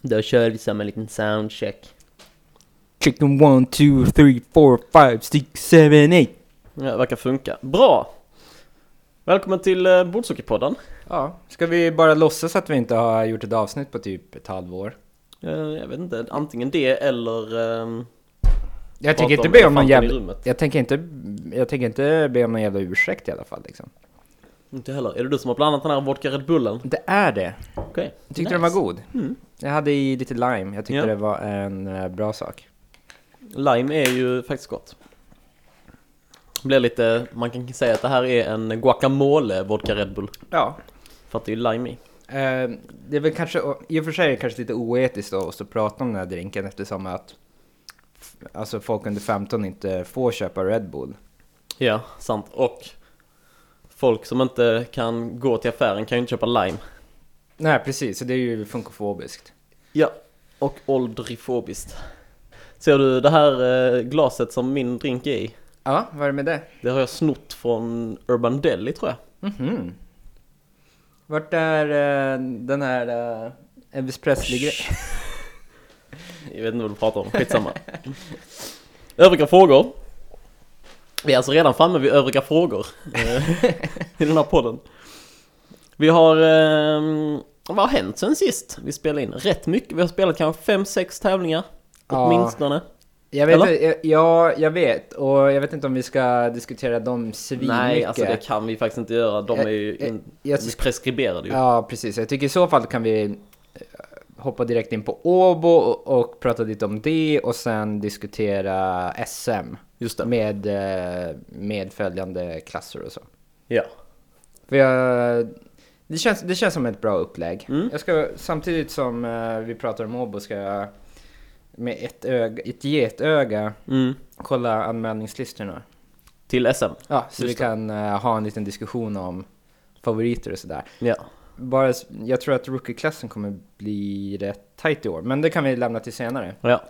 Då kör vi samma liten soundcheck. Chicken 1, 2, 3, 4, 5, 6, 7, 8. Ja, det verkar funka. Bra! Välkommen till Bordshockeypodden. Ja, ska vi bara låtsas att vi inte har gjort ett avsnitt på typ ett halvår? Jag vet inte, antingen det eller... Jag tänker inte be om någon jävla... Jag tänker inte be om någon jävla ursäkt i alla fall liksom. Inte heller. Är det du som har blandat den här vodka Red Bullen? Det är det. Okej. Jag tyckte den var god. Mm. Jag hade i lite lime. Jag tyckte Ja. det var en bra sak. Lime är ju faktiskt gott. Det blir lite, man kan säga att det här är en guacamole vodka Red Bull. Ja. För att det är ju lime i. Det är väl kanske, i och för sig är det kanske lite oetiskt då att prata om den här drinken eftersom att alltså folk under 15 inte får köpa Red Bull. Ja, sant. Och folk som inte kan gå till affären kan ju inte köpa lime. Nej, precis. Så det är ju funkofobiskt. Ja, och åldrifobiskt. Ser du det här glaset som min drink är i? Ja, vad är det med det? Det har jag snott från Urban Deli, tror jag. Mhm. Vart är den här Elvis Presley-grejen? Jag vet inte vad du pratar om, skitsamma. Övriga frågor. Vi är alltså redan framme vid övriga frågor i den här podden. Vi har... vad har hänt sen sist? Vi spelade in rätt mycket. Vi har spelat kanske 5-6 tävlingar. Åtminstone. Jag vet, jag vet. Och jag vet inte om vi ska diskutera dem svinmycket. Nej, alltså det kan vi faktiskt inte göra. De är ju preskriberade ju. Ja, precis. Jag tycker i så fall kan vi hoppa direkt in på Åbo och prata lite om det. Och sen diskutera SM. Just det. Med följande klasser och så. Ja. För det känns som ett bra upplägg. Mm. Jag ska, samtidigt som vi pratar om Åbo ska jag med ett getöga kolla anmälningslistorna. Till SM? Ja, så Just vi kan ha en liten diskussion om favoriter och sådär. Ja. Bara, jag tror att rookie-klassen kommer bli rätt tight i år, men det kan vi lämna till senare. Ja.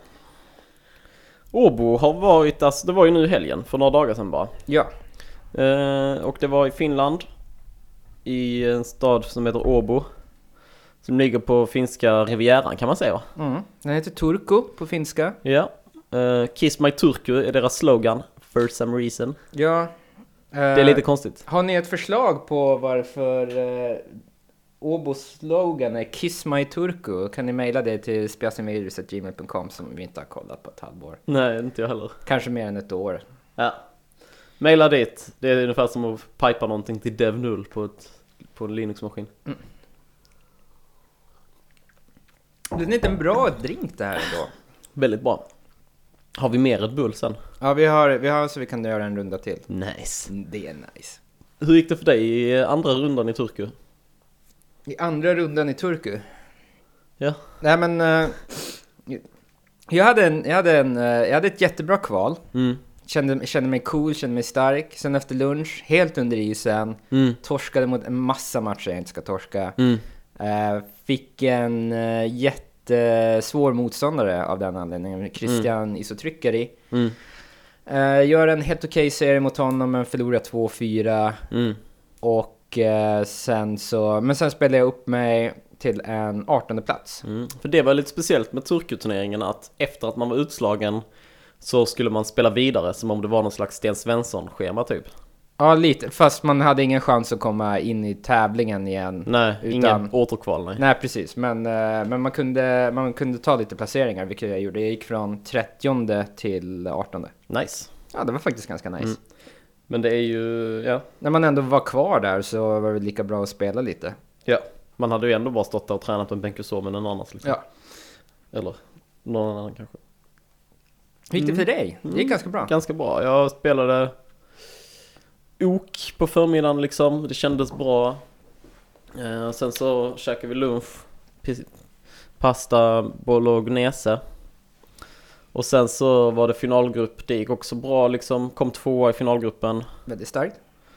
Åbo har varit, alltså det var ju nu i helgen, för några dagar sedan bara. Ja. Och det var i Finland, i en stad som heter Åbo, som ligger på finska rivieran kan man säga, va? Den heter Turku på finska. Ja. Kiss my Turku är deras slogan, for some reason. Ja. Det är lite konstigt. Har ni ett förslag på varför Åbos slogan är Kiss my Turku? Kan ni mejla det till spiasimvirus@gmail.com som vi inte har kollat på ett halvår. Nej, inte jag heller. Kanske mer än ett år. Ja. Maila dit. Det är ungefär som att pipa någonting till dev0 på en Linux-maskin. Det är inte en bra drink det här ändå. Väldigt bra. Har vi mer Red Bull sen? Ja, vi har så vi kan göra en runda till. Nice. Det är nice. Hur gick det för dig i andra rundan i Turku? I andra rundan i Turku? Ja. Nej men jag hade ett jättebra kval. Kände mig cool, kände mig stark. Sen efter lunch, helt under isen, torskade mot en massa matcher jag inte ska torska. Fick en jättesvår motståndare av den anledningen, Christian Isotryckari. Gör en helt okej serie mot honom, men förlorar 2-4. Och sen spelade jag upp mig till en 18:e plats. För det var lite speciellt med Turku-turneringen, att efter att man var utslagen så skulle man spela vidare som om det var någon slags Sten Svensson-schema typ. Ja, lite. Fast man hade ingen chans att komma in i tävlingen igen. Nej, ingen återkval, nej. Nej, precis. Men man kunde ta lite placeringar, vilket jag gjorde. Jag gick från 30:e till 18:e. Nice. Ja, det var faktiskt ganska nice. Men det är ju, ja. När man ändå var kvar där så var det lika bra att spela lite. Ja, man hade ju ändå bara stått där och tränat en Benkuså med någon annan liksom. Ja. Eller någon annan kanske. Hur gick det för dig? Det gick ganska bra. Ganska bra. Jag spelade ok på förmiddagen liksom. Det kändes bra. Sen så käkade vi lunch. Pasta bolognese. Och sen så var det finalgrupp. Det gick också bra liksom. Kom 2 i finalgruppen. Väldigt starkt.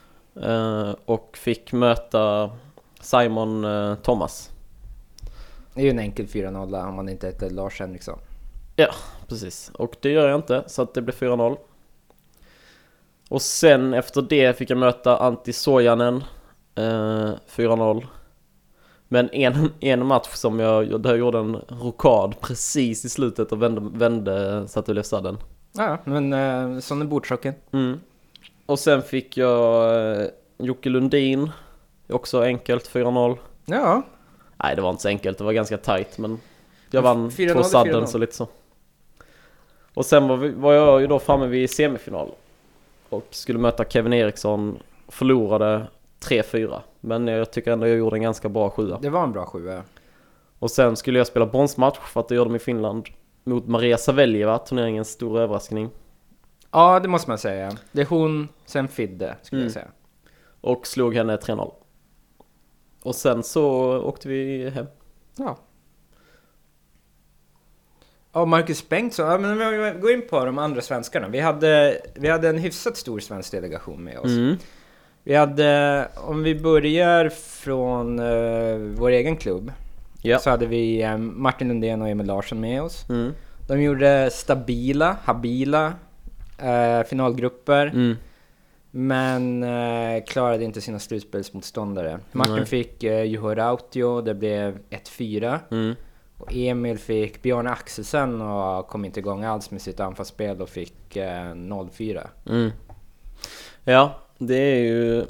Och fick möta Simon Thomas. Det är ju en enkel 4-0 om man inte heter Lars Henriksson. Ja, precis. Och det gör jag inte, så att det blev 4-0. Och sen efter det fick jag möta Antti Sojanen, 4-0. Men en match som där jag gjorde en rokad precis i slutet och vände Satuljev sadden. Ja, men sån är bordsocken. Och sen fick jag Jocke Lundin, också enkelt, 4-0. Ja. Nej, det var inte så enkelt, det var ganska tight, men jag vann 4-0, 2 sadden 4-0. så lite så. Och sen var jag ju då framme vid semifinal och skulle möta Kevin Eriksson, förlorade 3-4, men jag tycker ändå jag gjorde en ganska bra 7. Det var en bra 7. Och sen skulle jag spela bronsmatch för att det gör de i Finland mot Maria Saveljeva, turneringens stora överraskning. Ja, det måste man säga. Det är hon, sen Fidde, skulle jag säga. Och slog henne 3-0. Och sen så åkte vi hem. Ja. Ja, Marcus Bengtsson. Ja, men vi går in på de andra svenskarna. Vi hade en hyfsat stor svensk delegation med oss. Vi hade, om vi börjar från vår egen klubb, så hade vi Martin Lundén och Emil Larsson med oss. De gjorde habila finalgrupper. Men klarade inte sina slutspelsmotståndare. Martin fick Juho Rautio, det blev 1-4. Och Emil fick Björn Axelsen och kom inte igång alls med sitt anfallsspel och fick 0-4. Ja, det är ju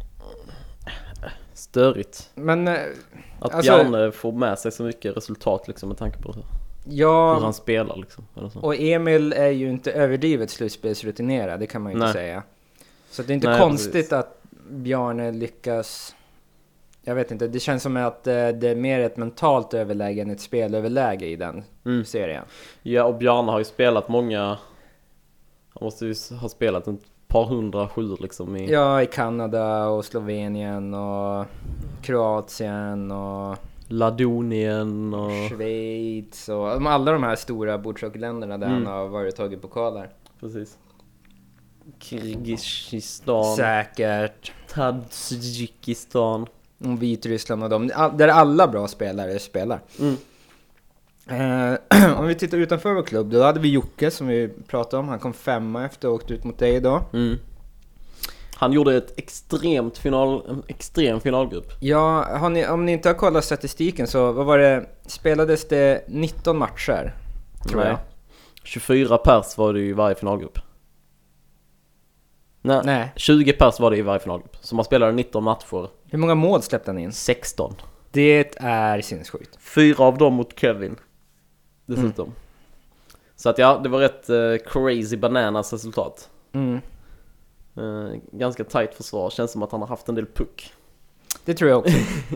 störigt. Men att alltså, Bjarne får med sig så mycket resultat liksom, med tanke på hur han spelar liksom, eller så. Och Emil är ju inte överdrivet slutspelsrutinerad, det kan man ju inte säga. Så det är inte konstigt precis. Att Bjarne lyckas. Jag vet inte, det känns som att det är mer ett mentalt överläge än ett spelöverläge i den serien. Ja, och Bjarne har ju spelat många. Han måste ju ha spelat ett par 107 liksom i... Ja, i Kanada och Slovenien och Kroatien och Ladonien och Schweiz och alla de här stora bordsockerländerna där han har varit tagit pokaler. Precis. Kirgizistan. Säkert. Tadzjikistan. Och Vitryssland och de. Där alla bra spelare spelar. Om vi tittar utanför vår klubb, då hade vi Jocke som vi pratade om. Han kom 5 efter och åkte ut mot dig idag. Han gjorde en extrem finalgrupp. Ja, om ni inte har kollat statistiken så vad var det? Spelades det 19 matcher? Tror jag. 24 pers var det i varje finalgrupp. Nej, 20 pers var det i varje finalgrupp. Så man spelade 19 matcher. Hur många mål släppte han in? 16. Det är sinnessjukt. 4 av dem mot Kevin. Dessutom. Så att ja, det var rätt crazy bananas resultat. Ganska tight försvar. Känns som att han har haft en del puck. Det tror jag också.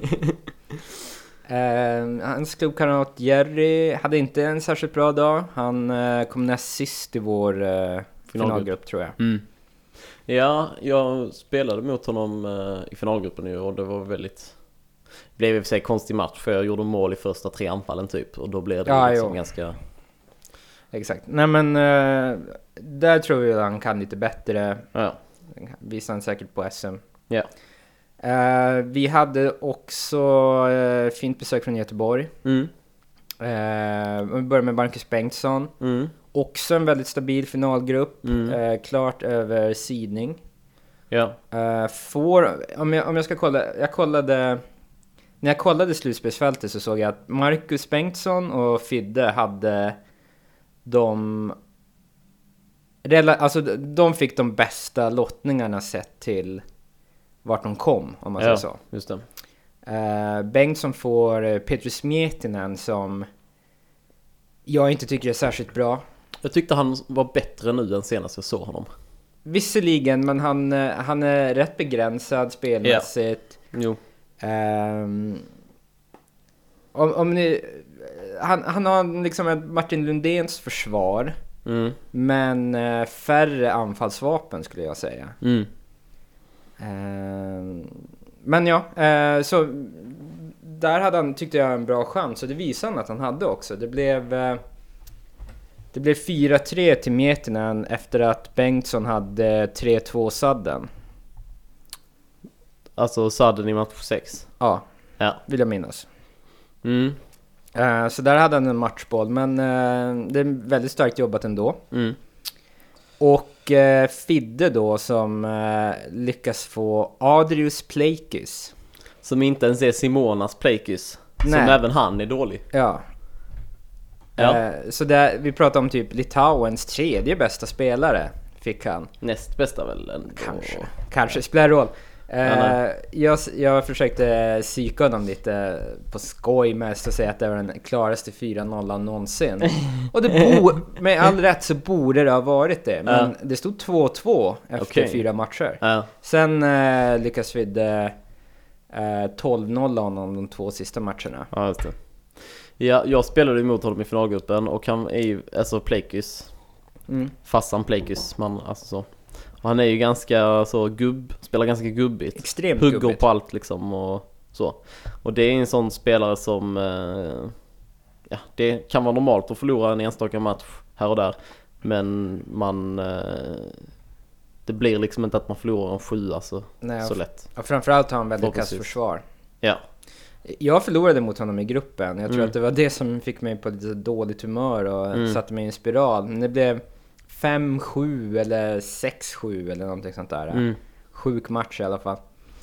Hans klubbkamrat Jerry hade inte en särskilt bra dag. Han kom näst sist i vår finalgrupp tror jag. Ja, jag spelade mot honom i finalgruppen nu och det var blev i och för sig konstig match för jag gjorde mål i första 3 anfallen typ och då blev det liksom ganska... Exakt. Nej men där tror jag att han kan lite bättre. Ja. Visar han säkert på SM. Ja. Vi hade också fint besök från Göteborg. Vi börjar med Marcus Bengtsson. Också en väldigt stabil finalgrupp. Klart över sidning. Ja. Om jag ska kolla. När jag kollade slutspelsfältet så såg jag att Marcus Bengtsson och Fidde hade de fick de bästa lottningarna sett till vart de kom, om man säger så. Just det. Bengtsson får Petrus Mietinen som jag inte tycker är särskilt bra. Jag tyckte han var bättre nu än senast jag såg honom. Visserligen, men han är rätt begränsad spelmässigt. Jo. Han har liksom Martin Lundéns försvar. Men färre anfallsvapen skulle jag säga. Men ja, så där hade han, tyckte jag, en bra chans. Och det visade han att han hade också. Det blev 4-3 till Mietinen efter att Bengtsson hade 3-2 sadden. Alltså sadden i match 6. Ja, vill jag minnas. Så där hade han en matchboll. Men det är väldigt starkt jobbat ändå. Och Fidde då som lyckas få Adrius Pleikis. som inte ens är Simonas Pleikis. Som Nej. även han är dålig. Ja. Så där, vi pratar om typ Litauens 3:e bästa spelare fick han. Näst bästa väl ändå. Kanske spelar roll. Jag försökte psyka dem lite på skoj mest och säga att det var den klaraste 4-0 någonsin. Och med all rätt så borde det ha varit det. Men det stod 2-2 efter 4 matcher. Sen lyckas vi 12-0 honom de 2 sista matcherna. Ja, just det. Ja, jag spelade emot honom i finalgruppen och han är ju alltså Pleikis. Fassan Pleikis, man alltså så. Och han är ju ganska så spelar ganska gubbigt. Extremt hugger gubbigt. På allt liksom och så. Och det är en sån spelare som det kan vara normalt att förlora en enstaka match här och där, men det blir liksom inte att man förlorar en 7 så lätt. Och framförallt har han väldigt kass försvar. Ja. Jag förlorade mot honom i gruppen. Jag tror att det var det som fick mig på lite dåligt humör och satte mig i en spiral. Men det blev 5-7 eller 6-7 eller någonting sånt där. Sjuk match i alla fall.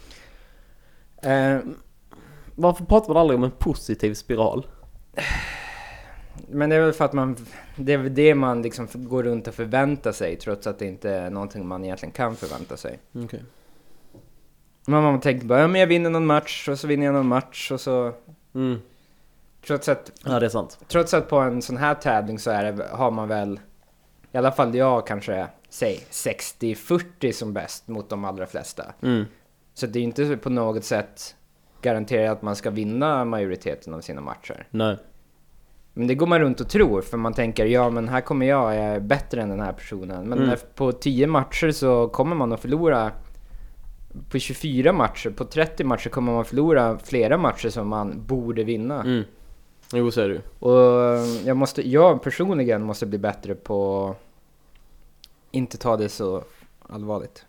Varför pratar man aldrig om en positiv spiral? Men det är väl för att det är det man liksom går runt och förväntar sig, trots att det inte är någonting man egentligen kan förvänta sig. Okay. Man tänker bara, men jag vinner någon match och så vinner jag någon match och så... Trots att... Ja, det är sant. Trots att på en sån här tävling så har man väl, i alla fall jag kanske, säg 60-40 som bäst mot de allra flesta. Så det är inte på något sätt garanterat att man ska vinna majoriteten av sina matcher. Nej. Men det går man runt och tror, för man tänker, ja men här kommer jag är bättre än den här personen. Men på 10 matcher så kommer man att förlora. På 24 matcher, på 30 matcher kommer man förlora flera matcher som man borde vinna. Jo, så är det. Och jag personligen måste bli bättre på inte ta det så allvarligt.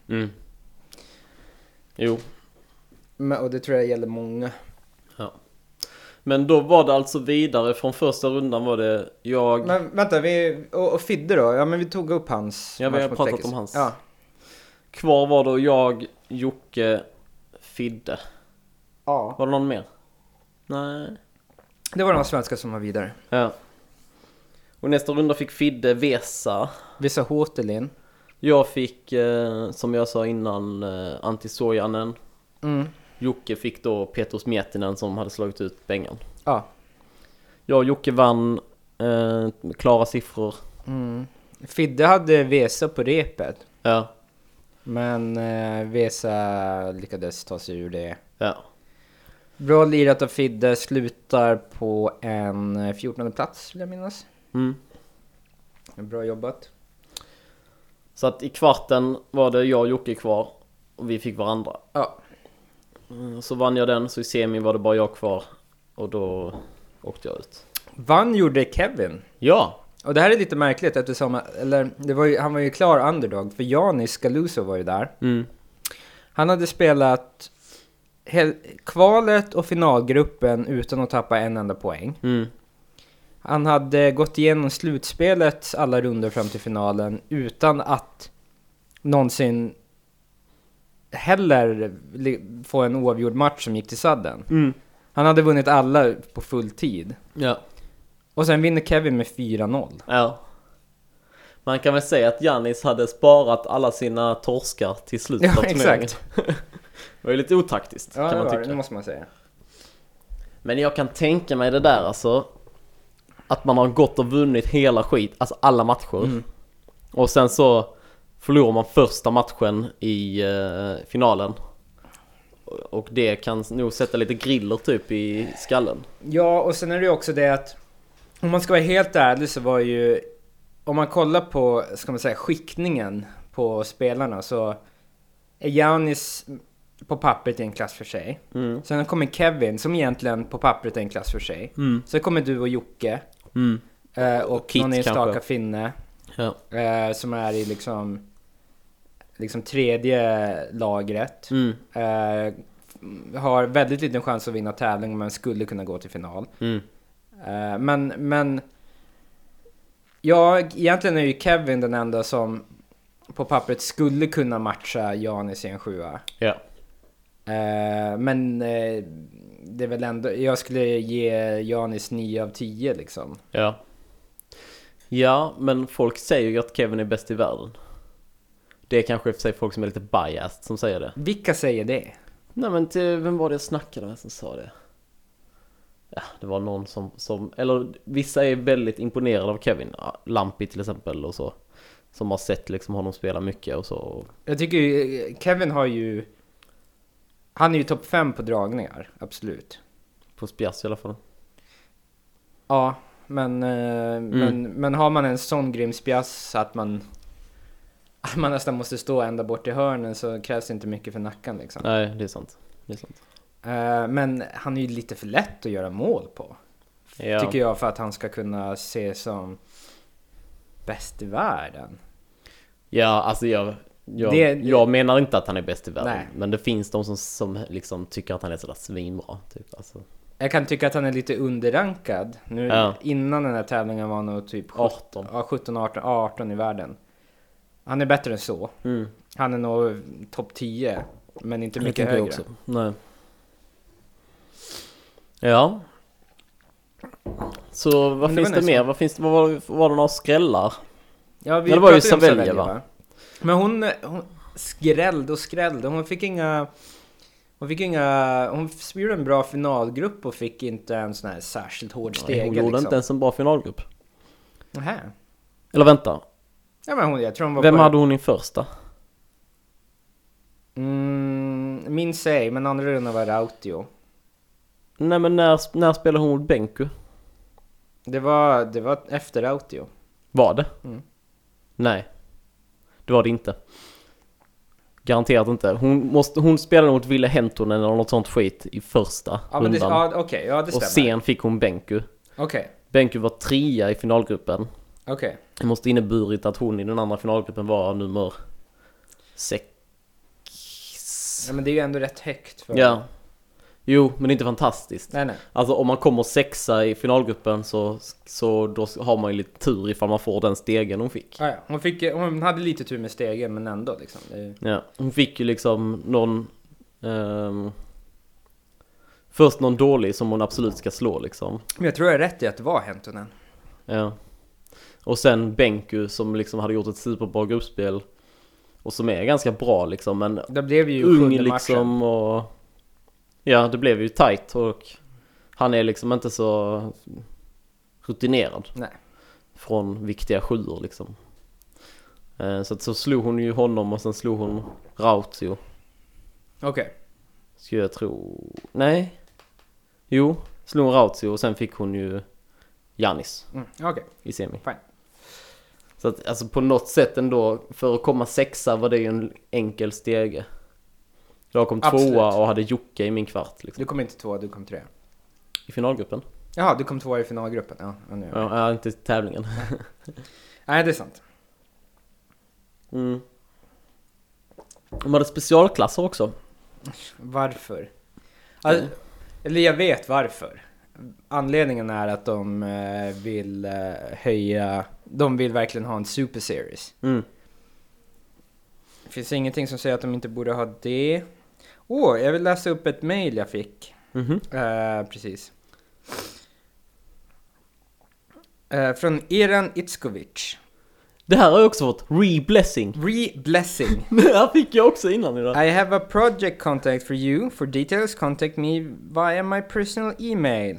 Jo. Och det tror jag gäller många. Ja. Men då var det alltså vidare från första rundan var det jag... Men vänta, och Fidde då? Ja, men vi tog upp hans. Ja, vi har pratat om hans. Ja. Kvar var då jag, Jocke, Fidde. Ja. Var det någon mer? Nej. Det var de svenskar som var vidare. Ja. Och nästa runda fick Fidde Vesa. Vesa Håtelin. Jag fick, som jag sa innan, Antti Sojanen. Jocke fick då Petrus Mietinen som hade slagit ut Bengan. Ja. Jag och Jocke vann klara siffror. Fidde hade Vesa på repet. Ja. Men Vesa lyckades ta sig ur det. Ja. Bra lirat av Fidde, slutar på en 14:e plats, vill jag minnas. Bra jobbat. Så att i kvarten var det jag och Jocke kvar och vi fick varandra. Ja. Så vann jag den, så i semi var det bara jag kvar och då åkte jag ut. Vann gjorde Kevin. Ja. Och det här är lite märkligt eftersom, han var ju klar underdog, för Janis Galuso var ju där. Han hade spelat kvalet och finalgruppen utan att tappa en enda poäng. Han hade gått igenom slutspelets alla runder fram till finalen utan att någonsin heller få en oavgjord match som gick till sadden. Han hade vunnit alla på full tid. Ja. Och sen vinner Kevin med 4-0. Ja. Man kan väl säga att Giannis hade sparat alla sina torskar till slutet av turneringen. Exakt. Det var ju lite otaktiskt, ja, kan man tycka. Det måste man säga. Men jag kan tänka mig det där alltså, att man har gått och vunnit hela skit, alltså alla matcher. Och sen så förlorar man första matchen i finalen. Och det kan nog sätta lite griller typ i skallen. Ja, och sen är det ju också det att om man ska vara helt ärlig så var ju, om man kollar på, ska man säga, skickningen på spelarna, så är Giannis på pappret i en klass för sig. Sen kommer Kevin som egentligen på pappret är en klass för sig. Sen kommer du och Jocke. Och Kit, någon enstaka kanske. finne. Ja. Som är i liksom tredje lagret. Har väldigt liten chans att vinna tävling, men skulle kunna gå till final. Men egentligen är ju Kevin den enda som på pappret skulle kunna matcha Janis i en 7. Ja. Men det är väl ändå, jag skulle ge Giannis 9 av 10 liksom. Ja. Ja, men folk säger ju att Kevin är bäst i världen. Det är kanske i och för sig folk som är lite biased som säger det. Vilka säger det? Nej, men vem var det jag snackade med som sa det? Ja, det var någon som eller vissa är väldigt imponerade av Kevin. Lampi till exempel och så. Som har sett liksom honom spela mycket och så. Jag tycker ju, Kevin har ju, han är ju topp 5 på dragningar, absolut. På spjass i alla fall. Ja, men har man en sån grym spjass att man nästan måste stå ända bort i hörnen, så krävs det inte mycket för nacken liksom. Nej, det är sant. Det är sant. Men han är ju lite för lätt att göra mål på. Ja. Tycker jag, för att han ska kunna se som bäst i världen. Ja, alltså jag menar inte att han är bäst i världen. Nej. Men det finns de som liksom tycker att han är sådär svinbra. Typ, alltså. Jag kan tycka att han är lite underrankad. Nu, Ja. Innan den här tävlingen var han nog typ 18. 17, 18 i världen. Han är bättre än så. Mm. Han är nog topp 10, men inte mycket tänker jag högre. också. Nej. Ja. Så vad finns det mer? Vad var det några skrällar? Ja, det var ju pratade om Savelja, va? Men hon skrällde. Hon spelade en bra finalgrupp och fick inte en sån här särskilt hård stege. Hon gjorde inte ens en bra finalgrupp. Nähä. Eller vänta. Ja, men jag tror hon var Vem hade hon i första? Minns ej, men andra rundan var Rautio. Nej, men när spelade hon mot Benku? Det var efter Rautio. Var det? Mm. Nej. Det var det inte. Garanterat inte. Hon spelade mot Ville Hentonen eller något sånt skit i första rundan. Det stämmer. Och sen fick hon Benku. Okej. Benku var 3 i finalgruppen. Okej. Det måste inneburit att hon i den andra finalgruppen var nummer 6. Ja, men det är ju ändå rätt högt för... Ja. Jo, men det är inte fantastiskt. Nej. Alltså om man kommer 6 i finalgruppen så då har man ju lite tur ifall man får den stegen hon fick. Ja. Hon hade lite tur med stegen, men ändå liksom. Ja, hon fick ju liksom någon först någon dålig som hon absolut ska slå liksom. Men jag tror jag är rätt i att det var Hentonen. Ja. Och sen Benku som liksom hade gjort ett superbra gruppspel och som är ganska bra liksom, men Det blev ju ung 7:e liksom matchen. och ja, det blev ju tight och han är liksom inte så rutinerad. Nej. Från viktiga 7:or liksom. Så slog hon ju honom och sen slog hon Rautio. Okej. Skulle jag tro. Nej. Jo, slog hon Rautio och sen fick hon ju Giannis Okej. i semi. Fine. Så att alltså på något sätt ändå, för att komma 6:a var det ju en enkel stege. Jag kom 2:a och hade Jocke i min kvart liksom. Du kom inte 2, du kom 3. I finalgruppen. Jaha, du kom 2 i finalgruppen. Ja, inte i tävlingen. Nej, det är sant. De hade specialklasser också. Varför? Alltså, eller jag vet varför. Anledningen är att de vill höja... De vill verkligen ha en Super Series. Det finns ingenting som säger att de inte borde ha det. Jag vill läsa upp ett mail jag fick. Precis. Från Eran Itzkovic. Det här har jag också fått. Re-blessing. Re-blessing. Det här fick jag också innan idag. I have a project contact for you. For details, contact me via my personal email.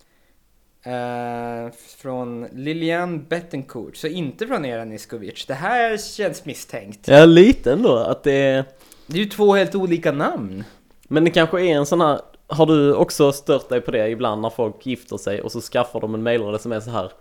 Från Lilian Bettencourt. Så inte från Eran Itzkovic. Det här känns misstänkt. Ja, lite ändå. Att det är ju 2 helt olika namn. Men det kanske är en sån här... Har du också stört dig på det ibland när folk gifter sig och så skaffar de en mejlare som är så här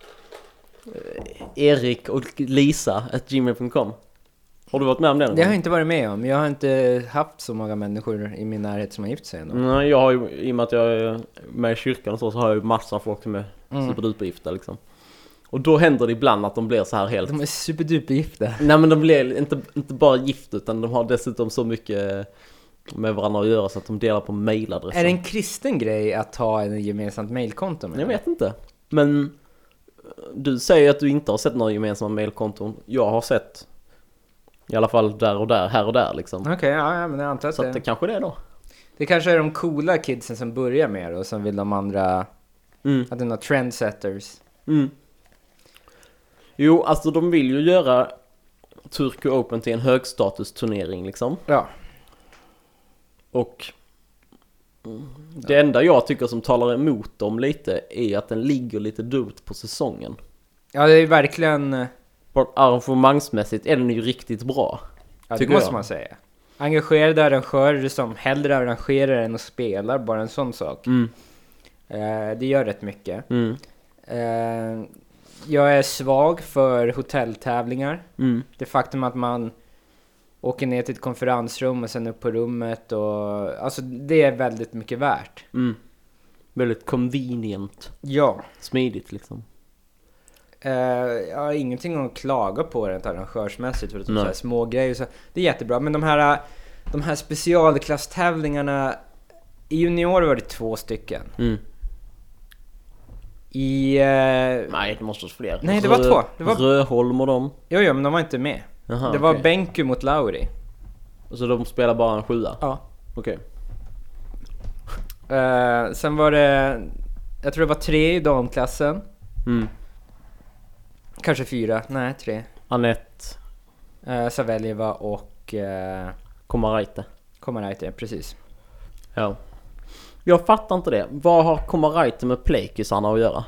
Erik och Lisa @gmail.com. Har du varit med om det? Det har jag inte varit med om. Jag har inte haft så många människor i min närhet som har gift sig ändå. Nej, jag har ju, i och med att jag är med i kyrkan och så har jag ju massor av folk som är superdupergifta liksom. Och då händer det ibland att de blir så här helt... De är superdupergifta. Nej, men de blir inte bara gift utan de har dessutom så mycket med varandra att göra så att de delar på mailadressen. Är det en kristen grej att ha en gemensamt mailkonto med? Jag vet inte. Men du säger att du inte har sett några gemensamma mailkonton. Jag har sett i alla fall där och där, här och där liksom. Okej, ja, men jag antar att så att det kanske det är då. Det kanske är de coola kidsen som börjar med det och som vill de andra att det är några trendsetters. Jo, alltså de vill ju göra Turku Open till en högstatusturnering liksom. Ja. Och det enda jag tycker som talar emot dem lite är att den ligger lite dumt på säsongen. Ja, det är verkligen... Arrangemangsmässigt är den ju riktigt bra. Ja, det måste man säga. Engagerade arrangörer som hellre arrangerar än att spela, bara en sån sak. Det gör rätt mycket. Jag är svag för hotelltävlingar. Det faktum att man åker ner till ett konferensrum och sen upp på rummet. Och, alltså det är väldigt mycket värt. Väldigt convenient. Ja. Smidigt liksom. Jag har ingenting att klaga på rent arrangörsmässigt för att så här små grejer så det är jättebra, men de här specialklasstävlingarna i junior var det 2 stycken. Nej, det måste vara fler. Nej, det var 2. Det var Röholm och dem. Jo, men de var inte med. Aha, det var Benku mot Lauri. Så de spelar bara en 7? Ja. Okej. Sen var det, jag tror det var 3 i damklassen. Kanske 4, nej 3. Anette, Saveljeva och Komaraite, precis. Ja. Jag fattar inte det. Vad har Komaraite med Playkisarna att göra?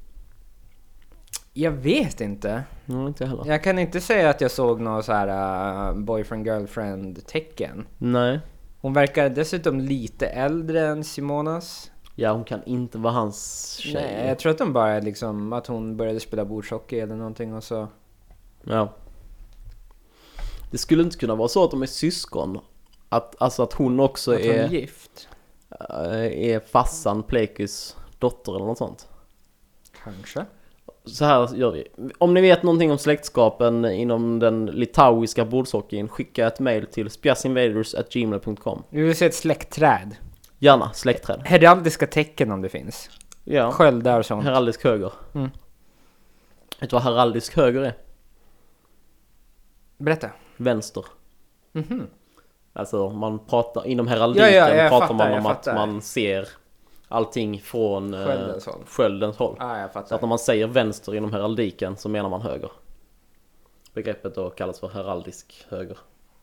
Jag vet inte. Inte heller. Jag kan inte säga att jag såg någon så här boyfriend-girlfriend tecken. Nej. Hon verkar dessutom lite äldre än Simonas. Ja, hon kan inte vara hans tjej. Nej, jag tror att de bara liksom att hon började spela bordshockey eller någonting och så. Ja. Det skulle inte kunna vara så att de är syskon. Att hon också att hon är gift. Är farsan Playkys dotter eller något sånt. Kanske. Så här gör vi. Om ni vet någonting om släktskapen inom den litauiska bordshockeyn, skicka ett mail till spjasinvaders@gmail.com. Vi vill se ett släktträd. Gärna, släktträd. Heraldiska tecken om det finns. Ja. Sköldar och sånt. Heraldisk höger. Vet du vad heraldisk höger är? Berätta. Vänster. Mhm. Alltså man pratar inom heraldiken pratar man om fattar. att man ser allting från sköldens håll. Jag fattar. Så att när man säger vänster inom heraldiken så menar man höger. Begreppet då kallas för heraldisk höger.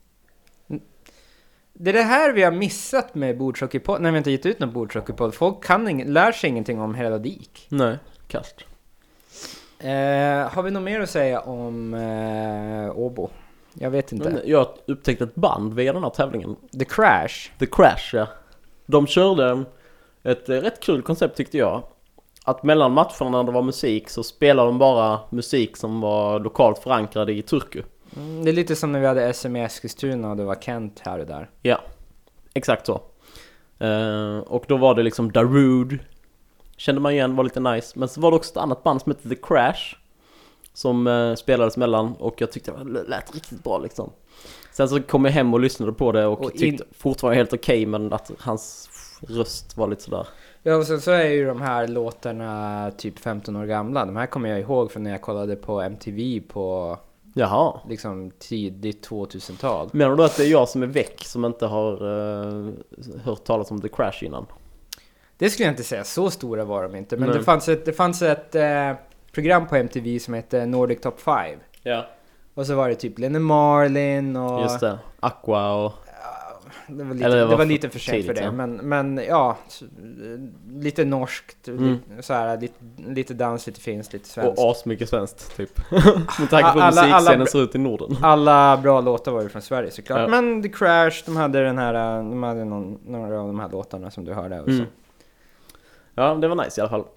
Det är det här vi har missat med bordshockeypodd när vi inte gett ut någon bordshockeypodd. Folk lär sig ingenting om heraldik. Nej, kast. Har vi något mer att säga om Åbo? Jag vet inte. Jag upptäckte ett band via den här tävlingen. The Crash. The Crash, ja. De körde ett rätt kul koncept tyckte jag. Att mellan matcherna när det var musik så spelade de bara musik som var lokalt förankrad i Turku. Det är lite som när vi hade SM i Eskilstuna och det var Kent här och där. Ja, exakt så. Och då var det liksom Darude. Kände man igen, var lite nice. Men så var det också ett annat band som hette The Crash. Som spelades mellan. Och jag tyckte det lät riktigt bra liksom. Sen så kom jag hem och lyssnade på det. Och tyckte fortfarande helt okej, men att hans röst var lite sådär. Ja, och sen så är ju de här låtarna typ 15 år gamla. De här kommer jag ihåg från när jag kollade på MTV på... Jaha. Liksom tidigt 2000-tal. Menar du att det är jag som är väck som inte har hört talas om The Crash innan? Det skulle jag inte säga, så stora var de inte. Men Nej. det fanns ett program på MTV som hette Nordic Top 5. Ja. Och så var det typ Lena Marlin och... Just det, Aqua och... Det var lite för sent för det, ja. Men ja, lite norskt, så här, lite dans, lite finsk, lite svenskt. Och asmycket svenskt, typ. Med tanke på hur musikscenen ser ut i Norden. Alla bra låtar var ju från Sverige såklart. Ja. Men The Crash, de hade några av de här låtarna som du hörde. Och så. Ja, det var nice i alla fall.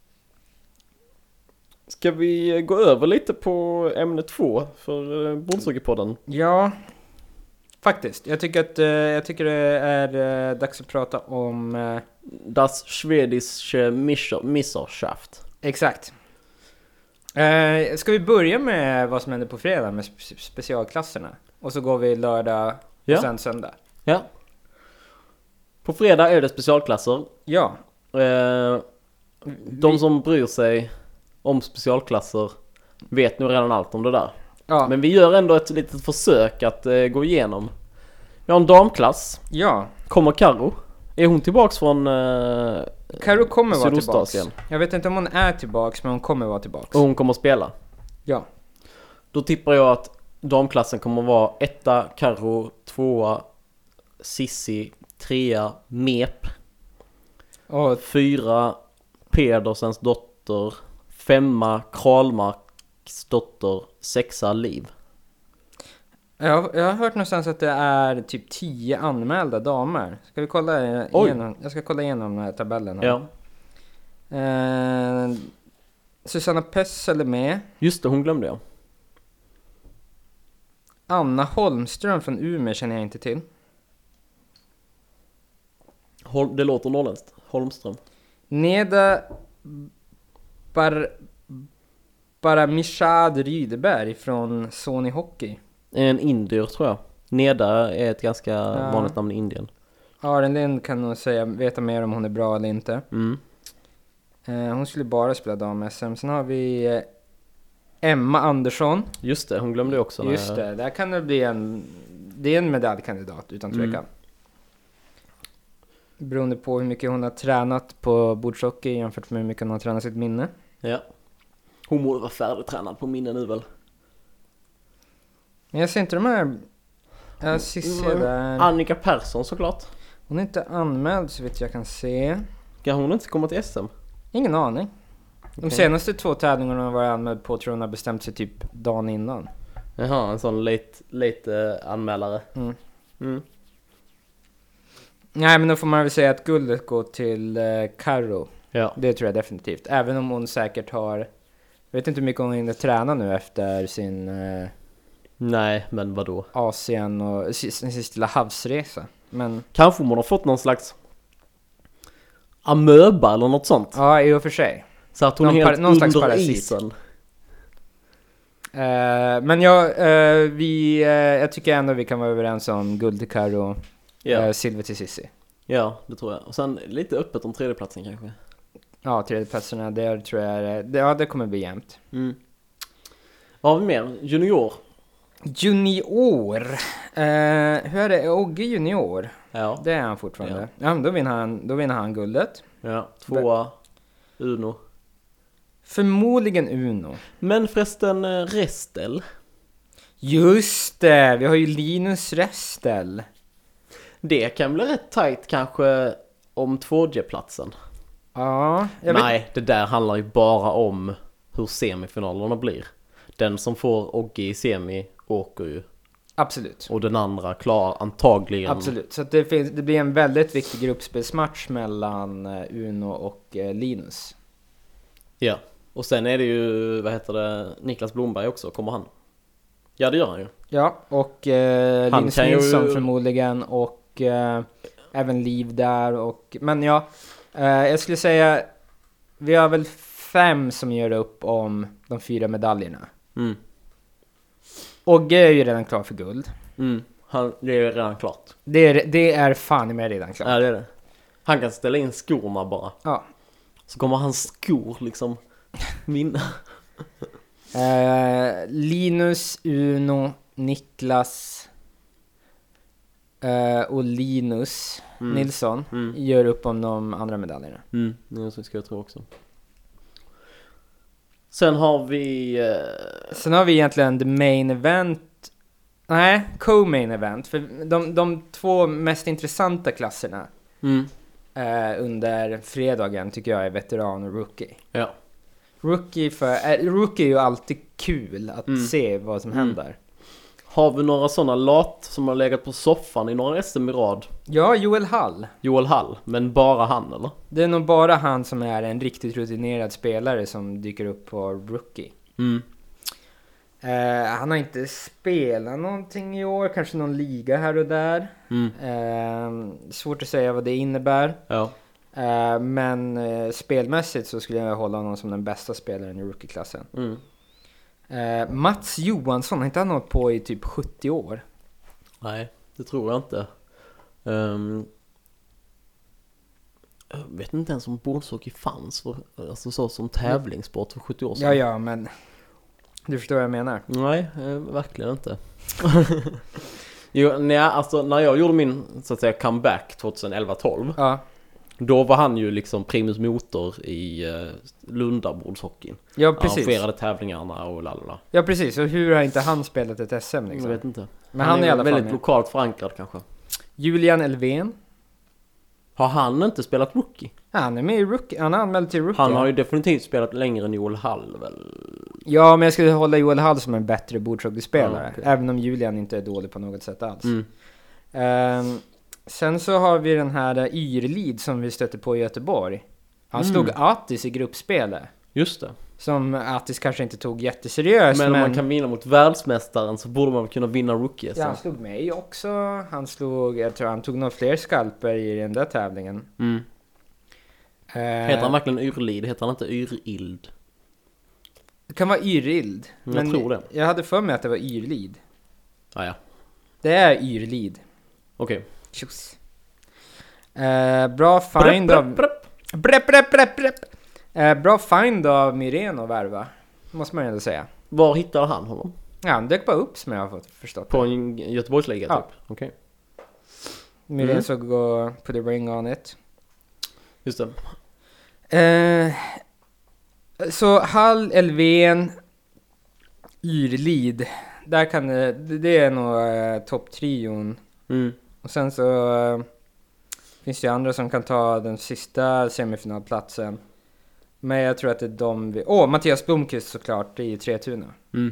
Ska vi gå över lite på ämne 2 för Bordshockeypodden? Ja, faktiskt. Jag tycker det är dags att prata om... Das Schwedische Meisterschaft. Exakt. Ska vi börja med vad som händer på fredag med specialklasserna? Och så går vi lördag och sen söndag. Ja. På fredag är det specialklasser. Ja. De som bryr sig om specialklasser vet nog redan allt om det där. Ja. Men vi gör ändå ett litet försök att gå igenom. Vi har en damklass. Ja. Kommer Karo. Är hon tillbaks från Karo kommer vara tillbaks. Sydostasien? Jag vet inte om hon är tillbaks, men hon kommer vara tillbaks. Och hon kommer att spela? Ja. Då tippar jag att damklassen kommer att vara 1, Karo, 2, Sissi, 3, Mep, Och 4, Pedersens dotter, 5, Kralmarks dotter, 6, Liv. jag har hört någonstans att det är typ 10 anmälda damer. Ska vi kolla igenom? Jag ska kolla igenom den här tabellen här. Ja. Susanna Pessel är med. Just det, hon glömde jag. Anna Holmström från Umeå känner jag inte till. Det låter norrländskt. Holmström. Neda Baramishad Rydeberg från Sony Hockey. En indier tror jag. Neda är ett ganska vanligt namn i Indien. Aron Lind kan nog veta mer om hon är bra eller inte. Mm. Hon skulle bara spela dam-SM. Sen har vi Emma Andersson. Just det, hon glömde också. Just det, där kan det bli det är en medaljkandidat utan tvekan. Beroende på hur mycket hon har tränat på bordshockey jämfört med hur mycket hon har tränat sitt minne. Ja. Hon borde vara färdigtränad på minne nu väl. Men jag ser inte de här... Jag ser där... Annika Persson såklart. Hon är inte anmäld så vitt jag kan se. Kan hon inte komma till SM? Ingen aning. De senaste 2 tävlingarna var jag anmäld på, tror hon har bestämt sig typ dagen innan. Jaha, en sån late anmälare. Nej, men då får man väl säga att guldet går till Karo. Ja. Det tror jag definitivt. Även om hon säkert har... Jag vet inte hur mycket hon hinner träna nu efter sin... Nej, men vadå? Asien och sin lilla havsresa. Men... Kanske hon har fått någon slags amöba eller något sånt. Ja, i och för sig. Så att hon är helt någon slags under parasit. isen. Men jag tycker ändå vi kan vara överens om guld till Karo, silver till Sissi. Ja, det tror jag. Och sen lite öppet om tredjeplatsen kanske. Ja, tredjeplatserna, det tror jag det kommer bli jämnt. Vad har vi mer? Junior. Hur är det? Ogge junior? Ja. Det är han fortfarande. Ja, men då vinner han guldet. Ja, 2 Uno. Förmodligen Uno. Men förresten Restel. Just det, vi har ju Linus Restel. Det kan bli rätt tajt kanske om 2G-platsen. Ja, Nej, det där handlar ju bara om hur semifinalerna blir. Den som får Ogge i semi åker ju. Absolut. Och den andra klarar antagligen. Absolut, så att det blir en väldigt viktig gruppspelsmatch mellan Uno och Linus. Ja, och sen är det ju, Niklas Blomberg också, kommer han? Ja, det gör han ju. Ja, och Linus Nilsson förmodligen och även Liv där. Men ja, jag skulle säga vi har väl 5 som gör upp om de 4 medaljerna. Ogge är ju redan klar för guld. Det är redan klart. Det är fan med redan klart. Ja, det är det. Han kan ställa in skorna bara. Ja. Så kommer hans skor liksom vinna. Linus, Uno, Niklas och Linus Nilsson gör upp om de andra medaljerna. Ja, så ska jag tro också. Sen har vi egentligen the main event. Nej, co-main event. För de 2 mest intressanta klasserna under fredagen tycker jag är veteran och rookie. Ja. Rookie är ju alltid kul att se vad som händer. Har vi några sådana lat som har legat på soffan i några SM i rad? Ja, Joel Hall, men bara han eller? Det är nog bara han som är en riktigt rutinerad spelare som dyker upp på rookie. Han har inte spelat någonting i år, kanske någon liga här och där. Svårt att säga vad det innebär. Ja. Men spelmässigt så skulle jag hålla honom som den bästa spelaren i rookie-klassen. Mats Johansson, har inte han hållit på i typ 70 år? Nej, det tror jag inte. Jag vet inte ens om bordshockey fanns alltså så som tävlingssport för 70 år sedan. Ja, men du förstår vad jag menar. Nej, verkligen inte. Jo, nej, alltså när jag gjorde min så att säga comeback 2011-12. Ja. Då var han ju liksom primus motor i Lundabordshockeyn. Ja, precis. Arrangerade tävlingarna och lalala. Ja, precis. Och hur har inte han spelat ett SM liksom? Jag vet inte. Men han är i alla fall väldigt med. lokalt förankrad kanske. Julian Elfven. Har han inte spelat rookie? Han är med i Rookie. Han är anmäld till Rookie. Han har ju definitivt spelat längre än Joel Hall väl? Ja, men jag skulle hålla Joel Hall som en bättre bordshockeyspelare. Ja, okay. Även om Julian inte är dålig på något sätt alls. Sen så har vi den här Yrlid som vi stötte på i Göteborg. Han slog Atis i gruppspelet. Just det. Som Atis kanske inte tog jätteseriöst. Men om man kan vinna mot världsmästaren så borde man kunna vinna rookie. Ja, han slog mig också. Jag tror han tog några fler skalper i den där tävlingen. Heter han verkligen Yrlid? Heter han inte Yrild? Det kan vara Yrild. Jag tror det. Jag hade för mig att det var Yrlid. Ah, ja. Det är Yrlid. Okej. Tjus. Bra find av... Bra find av Myrén att värva. Måste man ändå säga. Var hittade han honom? Ja, han dök bara upp som jag har fått förstått. På en Göteborgsliga Ja. typ? Okej. Myrén såg gå put the ring on it. Just det. Så Hall, Elfven, Yrlid. Där kan det är nog topptrion. Och sen så finns det ju andra som kan ta den sista semifinalplatsen. Men jag tror att det är de vi... Mattias Blomqvist såklart i Tretuna.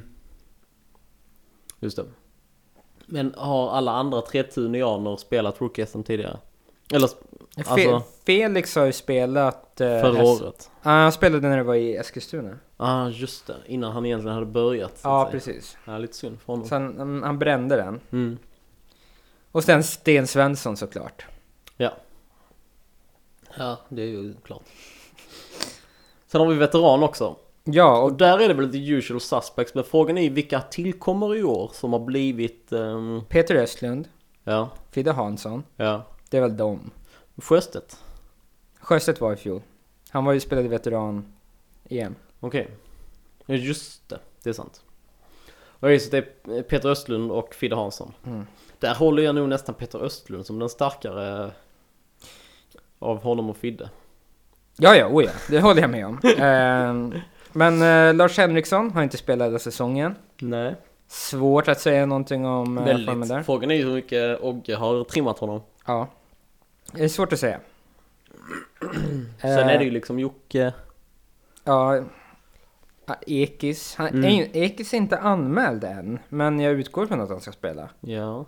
Just det. Men har alla andra tretunianer spelat rookie SM tidigare? Eller alltså... Felix har ju spelat... förra året? Han spelade när det var i Eskilstuna. Just det. Innan han egentligen hade börjat. Ja, precis. Ja, lite synd för honom. Så han brände den. Och sen Sten Svensson såklart. Ja. Ja, det är ju klart. Sen har vi veteran också. Ja, och där är det väl the usual suspects. Men frågan är vilka tillkommer i år som har blivit... Peter Östlund. Ja. Fidde Hansson. Ja. Det är väl dem. Sjöstedt var i fjol. Han var ju spelade veteran igen. Okej. Just det. Det är sant. Och det är Peter Östlund och Fidde Hansson. Där håller jag nog nästan Peter Östlund som den starkare av honom och Fidde. Ja, det håller jag med om. Men Lars Henriksson har inte spelat den säsongen. Nej. Svårt att säga någonting om formen där. Frågan är ju hur mycket Ogge har trimmat honom. Ja. Det är svårt att säga. Sen är det ju liksom Jocke. Ja. Ekis. Ekis är inte anmäld än. Men jag utgår från att han ska spela. Ja.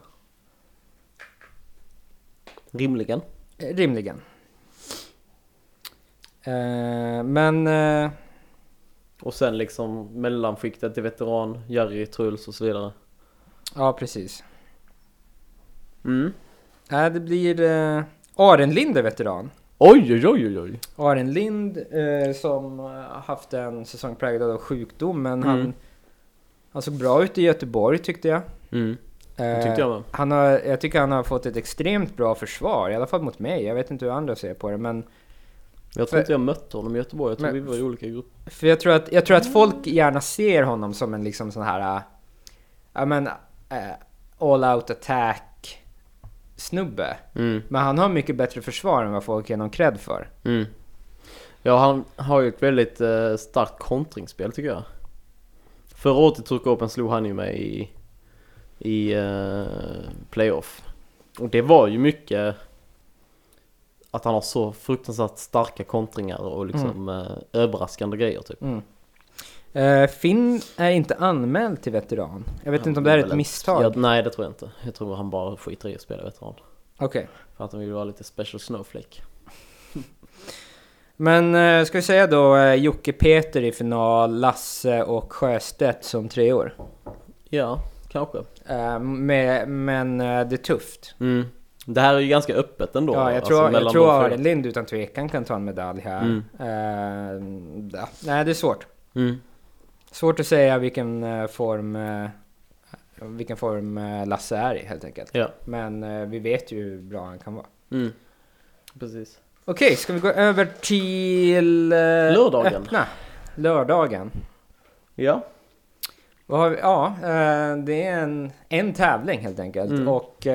Rimligen. Men... Och sen liksom mellanskiktet till veteran, Jerry, Truls och så vidare. Ja, precis. Det blir Arenlind är veteran. Oj. Arenlind som haft en säsong präglad av sjukdom. Men han såg bra ut i Göteborg tyckte jag. Tyckte jag med. Jag tycker han har fått ett extremt bra försvar. I alla fall mot mig. Jag vet inte hur andra ser på det. Men jag tror inte jag mötte honom i Göteborg. Jag tror vi var i olika grupper. För jag tror att folk gärna ser honom som en liksom sån här all out attack snubbe. Men han har mycket bättre försvar än vad folk ger någon cred för. Ja, han har ju ett väldigt starkt kontringsspel tycker jag. Förra året i Turku Open slog han ju med i playoff. Och det var ju mycket att han har så fruktansvärt starka kontringar och liksom överraskande grejer typ. Finn är inte anmäld till veteran. Jag vet inte om det är ett misstag. Nej, det tror jag inte. Jag tror han bara skiter i att spela veteran. Okej. För att han vill vara lite special snowflake. Men ska vi säga då Jocke Peter i final, Lasse och Sjöstedt som 3-år? Ja, kanske. Men det är tufft. Det här är ju ganska öppet ändå. Ja, jag tror Arenlind utan tvekan kan ta en medalj här. Nej, det är svårt. Svårt att säga vilken form Lasse är i helt enkelt. Ja. Men vi vet ju hur bra han kan vara. Precis. Okej, ska vi gå över till lördagen. Lördagen. Ja. Det är en tävling helt enkelt. Och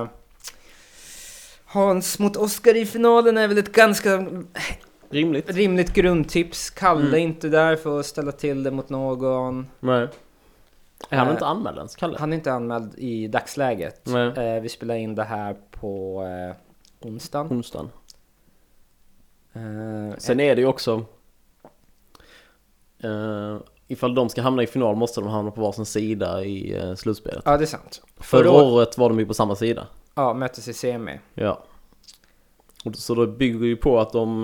Hans mot Oscar i finalen är väl ett ganska rimligt grundtips. Kalle inte där för att ställa till det mot någon. Nej. Är han inte anmäld ens, Kalle? Han är inte anmäld i dagsläget. Vi spelar in det här på onsdagen. Sen är det ju också ifall de ska hamna i final måste de hamna på varsin sida i slutspelet. Ja, det är sant. Förra året var de ju på samma sida. Ja, möttes i semi. Ja. Så då bygger ju på att de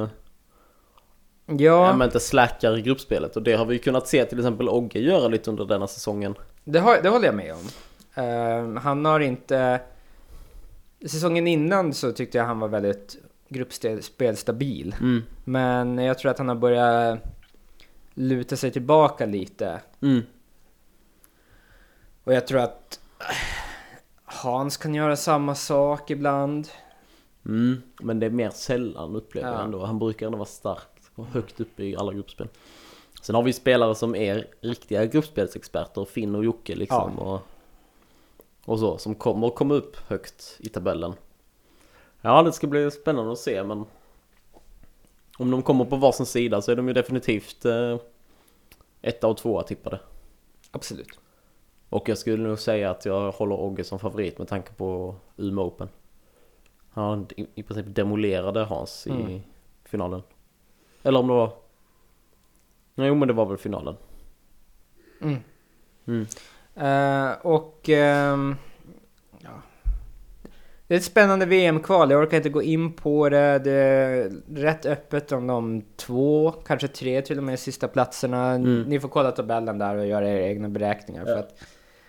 men inte slackar i gruppspelet. Och det har vi ju kunnat se till exempel Ogge göra lite under denna säsongen. Det håller jag med om. Han har inte... Säsongen innan så tyckte jag han var väldigt gruppspelstabil. Men jag tror att han har börjat luta sig tillbaka lite. Och jag tror att Hans kan göra samma sak ibland. Men det är mer sällan upplever jag ändå. Han brukar ändå vara stark och högt uppe i alla gruppspel. Sen har vi spelare som är riktiga gruppspelsexperter, Finn och Jocke liksom, och så, som kommer upp högt i tabellen. Ja, det ska bli spännande att se, men om de kommer på varsin sida så är de ju definitivt 1 och 2 tippade. Absolut. Och jag skulle nog säga att jag håller Ogge som favorit med tanke på Umeå Open. Han i princip demolerade Hans i finalen. Eller om det var... Nej, men det var väl finalen. Det är ett spännande VM-kval. Jag orkar inte gå in på det. Det är rätt öppet om de 2, kanske 3 till och med sista platserna. Ni får kolla tabellen där och göra era egna beräkningar. För att,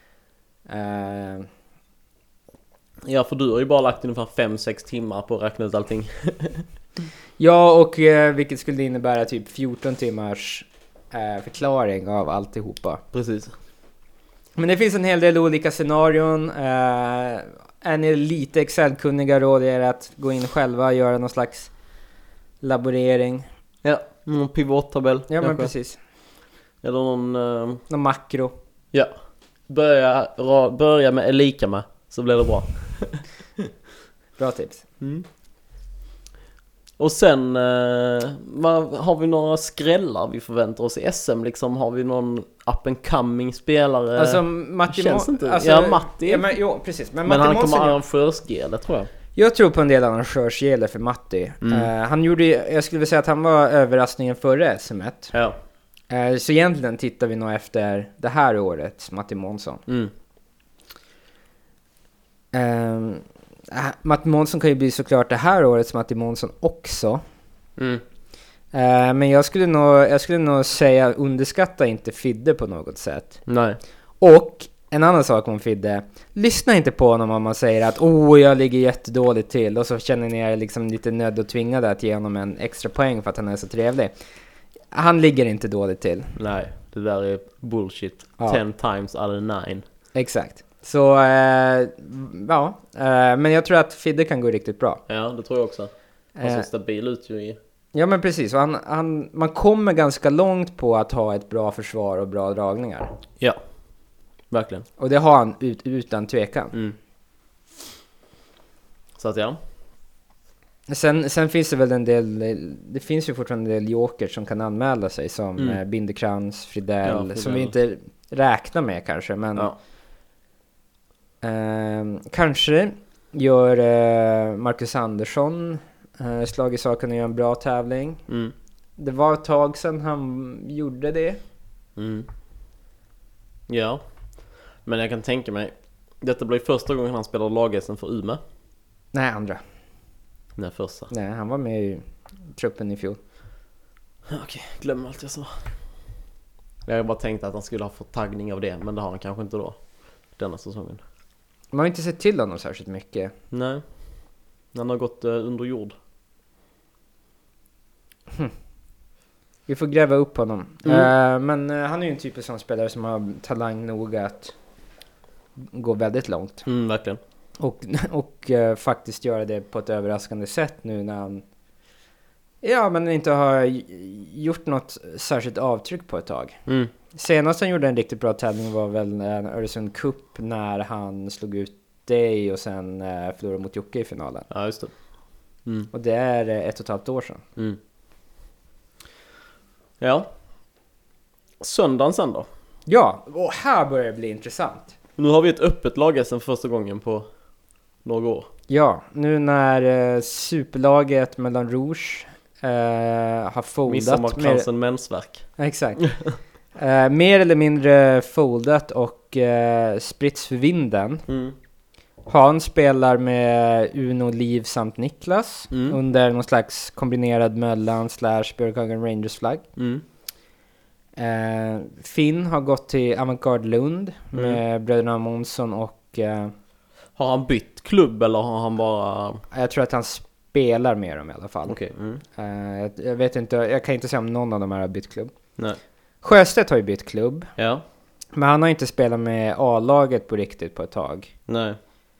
ja, för du har ju bara lagt ungefär 5-6 timmar på att räkna ut allting. Ja, och vilket skulle innebära typ 14 timmars förklaring av alltihopa. Precis. Men det finns en hel del olika scenarion. Är ni lite Excel-kunniga råd är att gå in själva och göra någon slags laborering. Ja, någon pivottabell. Ja, men precis. Eller någon makro. Ja. Börja med är lika med, så blir det bra. Bra tips. Och sen har vi några skrällar vi förväntar oss i SM liksom? Har vi någon up and coming spelare? Alltså Matti känns inte. Alltså, ja, Matti. Ja, men precis. Men han kommer arrangörsgele, tror jag. Jag tror på en del arrangörsgele för Matti. Han gjorde, jag skulle vilja säga att han var överraskningen förra SM-et. Ja. Så egentligen tittar vi nog efter det här årets Matti Månsson. Matti Månsson kan ju bli såklart det här årets Matti Månsson också. Men jag skulle nog säga underskatta inte Fidde på något sätt. Nej. Och en annan sak om Fidde, lyssna inte på honom om man säger att jag ligger jättedåligt till och så känner ni er liksom lite nödd och tvingade att ge honom en extra poäng för att han är så trevlig. Han ligger inte dåligt till. Nej, det där är bullshit. 10 times out of 9. Exakt. Så, men jag tror att Fidde kan gå riktigt bra. Ja, det tror jag också. Han ser stabil ut ju i... Ja, men precis. Och man kommer ganska långt på att ha ett bra försvar och bra dragningar. Ja, verkligen. Och det har han utan tvekan. Så att ja. Sen finns det väl en del... Det finns ju fortfarande en del jokers som kan anmäla sig. Som Bindekrans, Fridell. Som vi inte räknar med kanske. Men... Ja. Kanske gör Marcus Andersson slag i saken och gör en bra tävling. Det var ett tag sedan han gjorde det. Ja. Men jag kan tänka mig, detta blir första gången han spelar lag-SM för Umeå. Nej, andra. Nej, första. Nej, han var med i truppen i fjol. Okej, glöm allt jag sa. Jag har bara tänkt att han skulle ha fått taggning av det, men det har han kanske inte då. Denna säsongen. Man har inte sett till honom särskilt mycket. Nej. Han har gått under jord. Vi får gräva upp honom. Men han är ju en typ av spelare som har talang nog att gå väldigt långt. Verkligen. Och faktiskt göra det på ett överraskande sätt nu när han Ja, men inte har gjort något särskilt avtryck på ett tag. Mm. Senast han gjorde en riktigt bra tävling var väl en Öresund Cup när han slog ut dig och sen förlorade mot Jocke i finalen. Ja, just det. Mm. Och det är 1,5 år sedan. Mm. Ja. Söndagen sen då? Ja, och här börjar det bli intressant. Nu har vi ett öppet lag sen första gången på några år. Ja, nu när superlaget mellan Rouge har foldat... Midsommarkransen mensverk. Exakt. Mer eller mindre foldat och spritts för vinden. Mm. Han spelar med Uno, Liv samt Niklas under någon slags kombinerad mellan / Björkhagen Rangers flagg. Mm. Finn har gått till Avantgarde Lund med bröderna Månsson och... Har han bytt klubb eller har han bara... Jag tror att han spelar med dem i alla fall. Okej. Mm. Jag vet inte, jag kan inte säga om någon av dem har bytt klubb. Nej. Sjöstedt har ju bytt klubb. Ja. Men han har inte spelat med A-laget på riktigt på ett tag. Nej.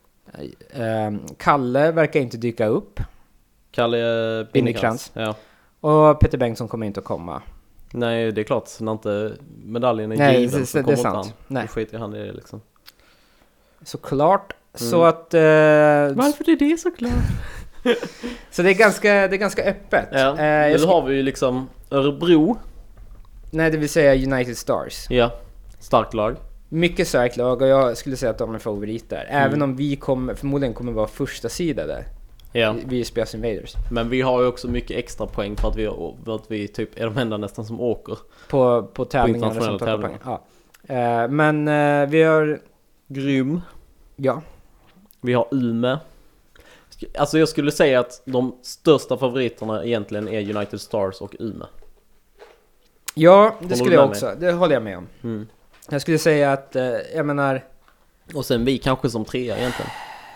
Kalle verkar inte dyka upp. Kalle Binnekrans. Ja. Och Peter Bengtsson kommer inte att komma. Nej, det är klart. När inte medaljen är Nej, given så det kommer är inte sant. han. Nej. Då skiter han i det liksom. Såklart. Så att... Varför är det såklart? Så det är ganska öppet. Ja. Nu har vi ju liksom Örebro. Nej, det vill säga United Stars. Ja. Starkt lag. Mycket starkt lag och jag skulle säga att de är favoriter. Även om vi förmodligen kommer vara första sida där. Ja. Vi är Space Invaders. Men vi har ju också mycket extra poäng för att vi typ är de enda nästan som åker. På tävlingar som tar poäng. Ja. Men vi har... Grym. Ja. Vi har Umeå. Alltså jag skulle säga att de största favoriterna egentligen är United Stars och Umeå. Ja, det skulle jag också. Det håller jag med om. Mm. Jag skulle säga att, jag menar... Och sen vi kanske som trea egentligen.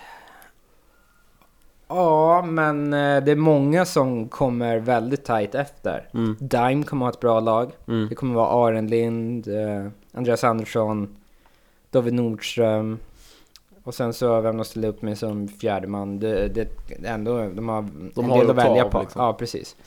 Ja, men det är många som kommer väldigt tajt efter. Dime kommer ha ett bra lag. Det kommer vara Arenlind, Andreas Andersson, David Nordström. Och sen så vem de ställer upp med som fjärde man. Det ändå, de har en del att välja på. Liksom. Ja, precis.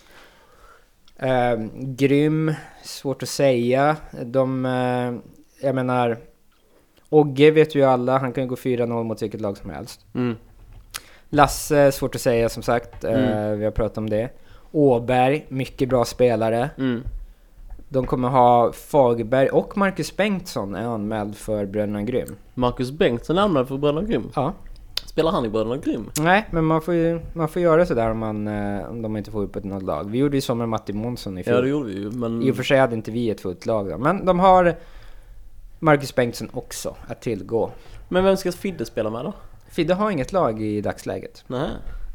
Grym, svårt att säga. Jag menar, Ogge vet ju alla, han kan ju gå 4-0 mot vilket lag som helst. Lasse, svårt att säga som sagt, vi har pratat om det. Åberg, mycket bra spelare. De kommer ha Fagerberg och Marcus Bengtsson är anmäld för Bröderna Grym. Marcus Bengtsson är anmäld för Bröderna Grym? Ja. Spelar han i Bröderna Grym? Nej, men man får göra sådär om de inte får upp ett något lag. Vi gjorde ju så med Matti Månsson i fjol. Ja, det gjorde vi ju, men... I och för sig hade inte vi ett fullt lag då. Men de har Marcus Bengtsson också att tillgå. Men vem ska Fidde spela med då? Fidde har inget lag i dagsläget. Nej.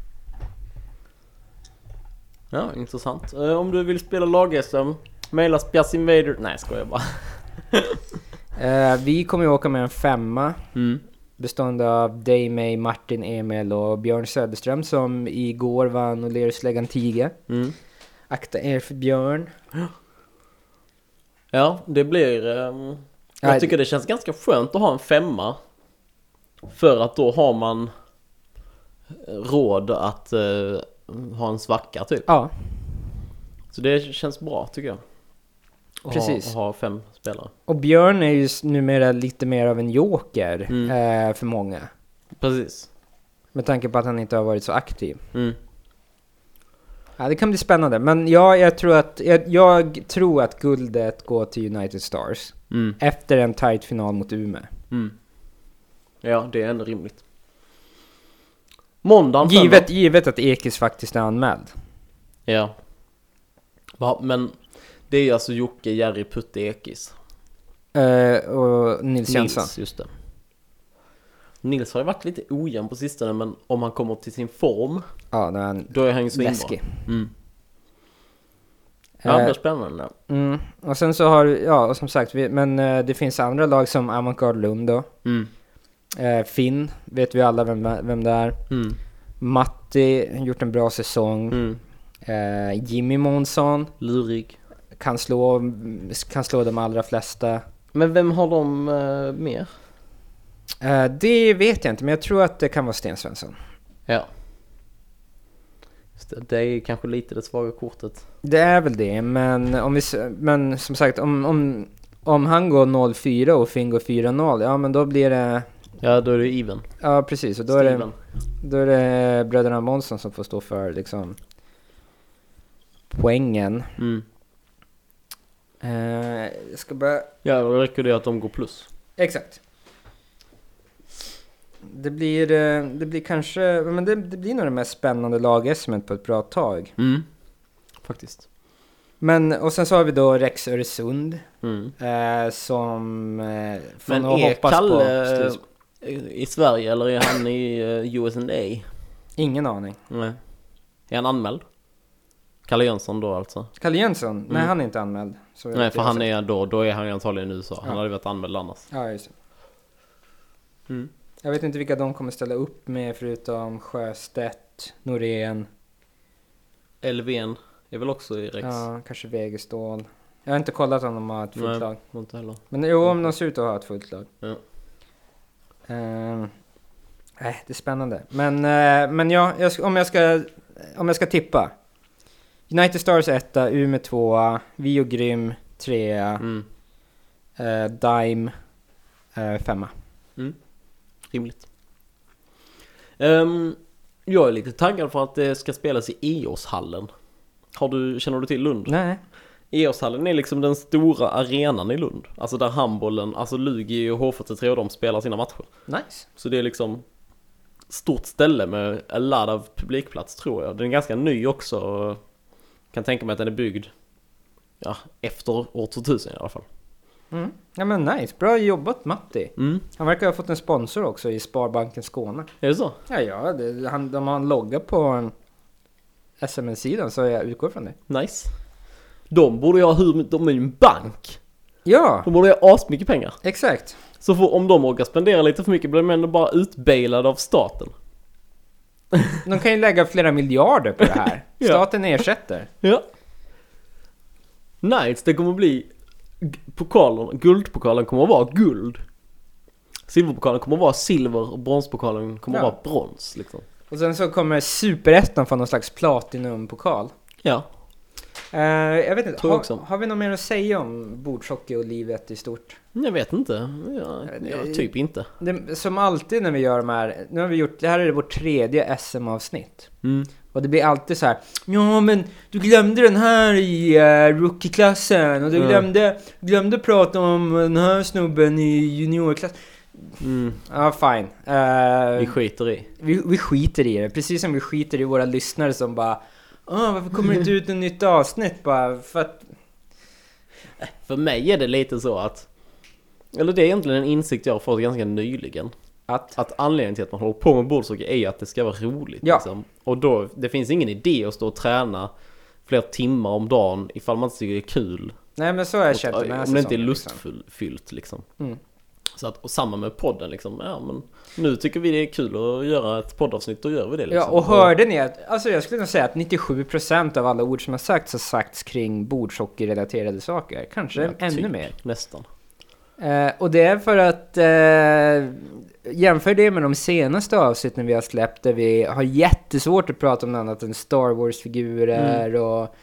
Ja, intressant. Om du vill spela lag-SM, maila Space Invader. Nej, ska jag bara. Vi kommer ju åka med en 5 bestående av May, Martin, Emil och Björn Söderström som igår vann O'Learys Legantiga. Akta er för Björn. Ja, det blir... jag tycker det känns ganska skönt att ha en 5. För att då har man råd att ha en svacka typ. Ja. Så det känns bra tycker jag. Precis. Att ha 5 spelare. Och Björn är ju numera lite mer av en joker för många. Precis. Med tanke på att han inte har varit så aktiv. Ja, det kan bli spännande. Men ja, jag tror att guldet går till United Stars. Efter en tight final mot Umeå. Ja, det är ändå rimligt. Måndagen givet att Ekis faktiskt är anmäld. Ja. Men det är alltså Jocke, Jerry, Putte, Ekis. Och Nils Jönsson. Just det. Nils har ju varit lite ojämn på sistone, men om han kommer till sin form, då är han ju svinbra. Läskig. Ja, det blir spännande. Och sen så har, och som sagt, men det finns andra lag som Avantgarde Lund då. Finn, vet vi alla vem det är. Matti har gjort en bra säsong. Jimmy Månsson, lurig, kan slå de allra flesta. Men vem har de mer? Det vet jag inte, men jag tror att det kan vara Sten Svensson. Ja. Det är kanske lite det svaga kortet. Det är väl det, men som sagt, om han går 0-4 och Finn går 4-0, ja men då blir det... Ja, då är det even. Ja, precis. Och då är det bröderna Månsson som får stå för liksom poängen. Jag ska bara... Ja, då räcker det att de går plus. Exakt. Det blir kanske... Men det blir nog det mest spännande lag-SM på ett bra tag. Faktiskt. Men, och sen så har vi då Rex Öresund. Som... Men är Kalle i Sverige eller är han i USA? Ingen aning. Nej. Är han anmäld? Kalle Jönsson då alltså? Kalle Jönsson? Nej, han är inte anmäld. Så nej, för han är då är han antagligen i USA. Han hade varit anmäld annars. Ja, just det. Jag vet inte vilka de kommer ställa upp med förutom Sjöstedt, Norén. Elfven är väl också i Rex? Ja, kanske Wägerstål. Jag har inte kollat om de har ett fullt lag. Nej, inte heller. Men jo, om de ser ut att ha ett fullt lag. Ja. Det är spännande. Men ja, om jag ska tippa. United Stars 1, Umeå 2, Vi och Grym 3, Dime 5. Rimligt. Jag är lite taggad för att det ska spelas i EOS-hallen. Känner du till Lund? Nej. EOS-hallen är liksom den stora arenan i Lund. Alltså där handbollen, alltså Lugi och H43 och de spelar sina matcher. Nice. Så det är liksom stort ställe med en ladd av publikplats, tror jag. Den är ganska ny också. Och kan tänka mig att den är byggd efter år 2000 i alla fall. Ja men nice, bra jobbat Matti. Han verkar ha fått en sponsor också i Sparbanken Skåne. Är det så? Ja, de har en logga på SMS-sidan, så jag utgår från det. Nice. De borde ju ha de är ju en bank. Ja. De borde ha asmycket pengar. Exakt. Så om de orkar spendera lite för mycket blir de ändå bara utbailade av staten. De kan ju lägga flera miljarder på det här. Staten ersätter. Ja. Nice, det kommer bli guldpokalen kommer att vara guld. Silverpokalen kommer att vara silver och bronspokalen kommer att vara brons liksom. Och sen så kommer superettan få någon slags platinumpokal. Ja. Jag vet inte, har vi något mer att säga om bordshockey och livet i stort? Jag vet inte. Typ inte. Som alltid när vi gör de här, nu har vi gjort, det här är vårt 3:e SM-avsnitt. Och det blir alltid så här: ja men du glömde den här i rookie-klassen och du glömde prata om den här snubben i juniorklassen. Ja, fine. Vi skiter i. Vi skiter i det, precis som vi skiter i våra lyssnare som bara varför kommer det inte ut en nytt avsnitt? Bara för att... För mig är det lite så att, eller det är egentligen en insikt jag har fått ganska nyligen. Att anledningen till att man håller på med bordshockey är att det ska vara roligt. Ja. Liksom. Och då, det finns ingen idé att stå och träna flera timmar om dagen ifall man inte tycker det är kul. Nej, men så är det med om det inte är lustfyllt liksom. Så att, och samma med podden liksom. Ja, men nu tycker vi det är kul att göra ett poddavsnitt, då gör vi det liksom. Ja, och hörde ni att, alltså jag skulle nog säga att 97% av alla ord som har sagts kring bordshockey-relaterade saker. Kanske ännu mer. Nästan. Och det är för att jämför det med de senaste avsnitten vi har släppt, där vi har jättesvårt att prata om något annat än Star Wars-figurer och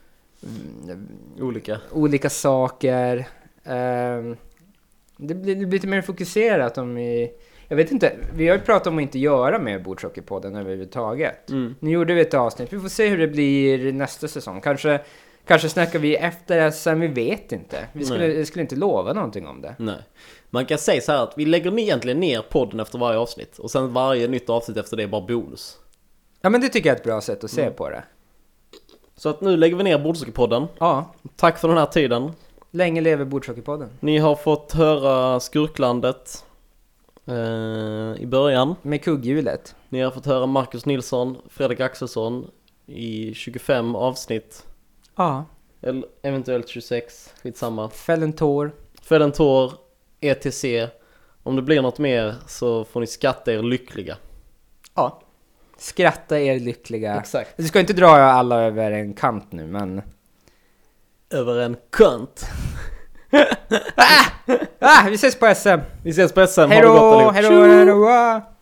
olika saker. Det blir lite mer fokuserat jag vet inte, vi har ju pratat om att inte göra mer bordshockeypodden överhuvudtaget. Nu gjorde vi ett avsnitt, vi får se hur det blir nästa säsong. Kanske snackar vi efter SM, vi vet inte. Vi skulle inte lova någonting om det. Nej. Man kan säga så här att vi lägger egentligen ner podden efter varje avsnitt. Och sen varje nytt avsnitt efter det är bara bonus. Ja, men det tycker jag är ett bra sätt att se på det. Så att nu lägger vi ner bordshockeypodden. Ja. Tack för den här tiden. Länge lever bordshockeypodden. Ni har fått höra Skurklandet i början. Med kugghjulet. Ni har fått höra Marcus Nilsson, Fredrik Axelsson i 25 avsnitt. Ja. Eller eventuellt 26, skitsamma. Fällentor, ETC. Om det blir något mer så får ni skatta er lyckliga. Ja. Skratta er lyckliga. Exakt. Du ska inte dra alla över en kant nu, men... Över en kant. Vi ses på SM. Ha det gott allihop. Hej då.